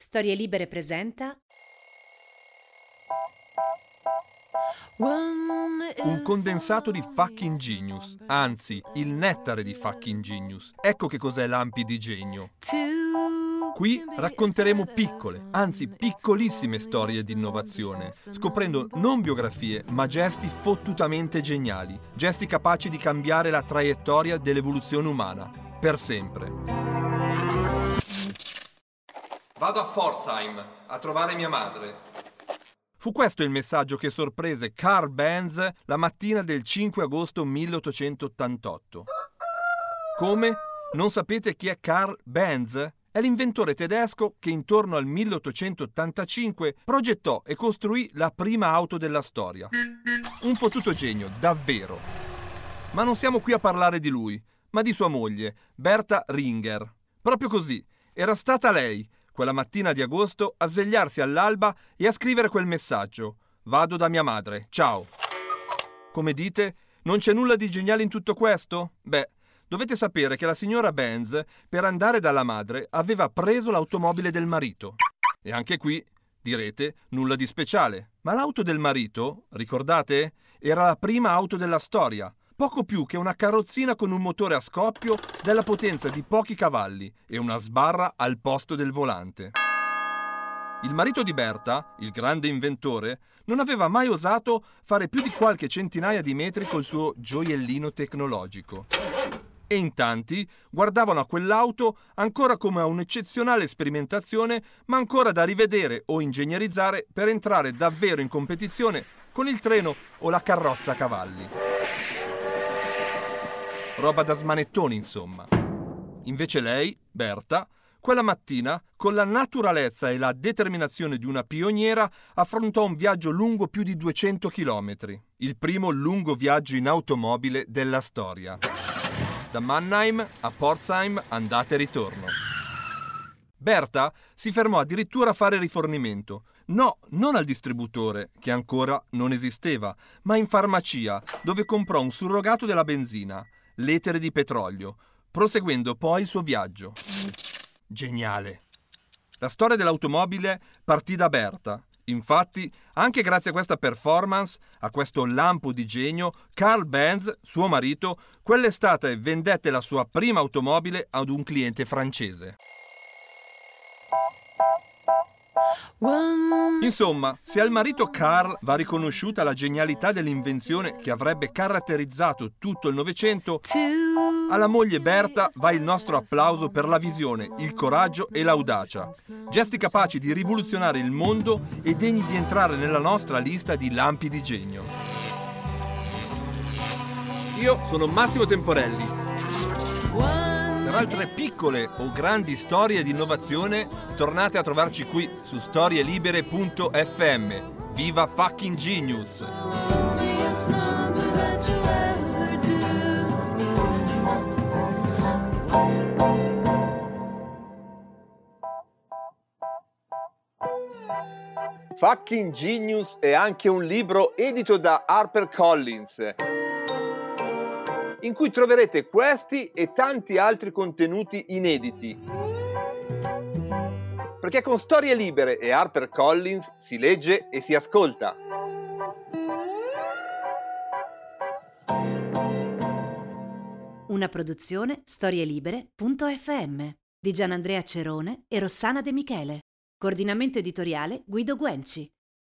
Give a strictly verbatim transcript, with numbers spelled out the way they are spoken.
Storie Libere presenta Un condensato di fucking genius, anzi, il nettare di fucking genius. Ecco che cos'è Lampi di Genio. Qui racconteremo piccole, anzi piccolissime storie di innovazione, scoprendo non biografie, ma gesti fottutamente geniali, gesti capaci di cambiare la traiettoria dell'evoluzione umana, per sempre. Vado a Pforzheim a trovare mia madre. Fu questo il messaggio che sorprese Carl Benz la mattina del cinque agosto milleottocentottantotto. Come? Non sapete chi è Carl Benz? È l'inventore tedesco che intorno al milleottocentottantacinque progettò e costruì la prima auto della storia. Un fottuto genio, davvero. Ma non siamo qui a parlare di lui, ma di sua moglie, Berta Ringer. Proprio così, era stata lei, quella mattina di agosto, a svegliarsi all'alba e a scrivere quel messaggio. Vado da mia madre, ciao. Come dite, non c'è nulla di geniale in tutto questo? Beh, dovete sapere che la signora Benz, per andare dalla madre, aveva preso l'automobile del marito. E anche qui, direte, nulla di speciale. Ma l'auto del marito, ricordate? Era la prima auto della storia. Poco più che una carrozzina con un motore a scoppio della potenza di pochi cavalli e una sbarra al posto del volante. Il marito di Berta, il grande inventore, non aveva mai osato fare più di qualche centinaia di metri col suo gioiellino tecnologico. E in tanti guardavano a quell'auto ancora come a un'eccezionale sperimentazione, ma ancora da rivedere o ingegnerizzare per entrare davvero in competizione con il treno o la carrozza a cavalli. Roba da smanettoni, insomma. Invece lei, Berta, quella mattina, con la naturalezza e la determinazione di una pioniera, affrontò un viaggio lungo più di duecento chilometri. Il primo lungo viaggio in automobile della storia. Da Mannheim a Pforzheim, andata e ritorno. Berta si fermò addirittura a fare rifornimento. No, non al distributore, che ancora non esisteva, ma in farmacia, dove comprò un surrogato della benzina, l'etere di petrolio, proseguendo poi il suo viaggio. Geniale. La storia dell'automobile partì da Berta. Infatti, anche grazie a questa performance, a questo lampo di genio, Carl Benz, suo marito, quell'estate vendette la sua prima automobile ad un cliente francese. Insomma, se al marito Carl va riconosciuta la genialità dell'invenzione che avrebbe caratterizzato tutto il Novecento, alla moglie Berta va il nostro applauso per la visione, il coraggio e l'audacia. Gesti capaci di rivoluzionare il mondo e degni di entrare nella nostra lista di lampi di genio. Io sono Massimo Temporelli. Per altre piccole o grandi storie di innovazione, tornate a trovarci qui su storielibere punto effe emme. Viva fucking genius! Fucking Genius è anche un libro edito da HarperCollins, in cui troverete questi e tanti altri contenuti inediti. Perché con Storie Libere e HarperCollins si legge e si ascolta. Una produzione storielibere punto effe emme di Gianandrea Cerone e Rossana De Michele. Coordinamento editoriale Guido Guenci.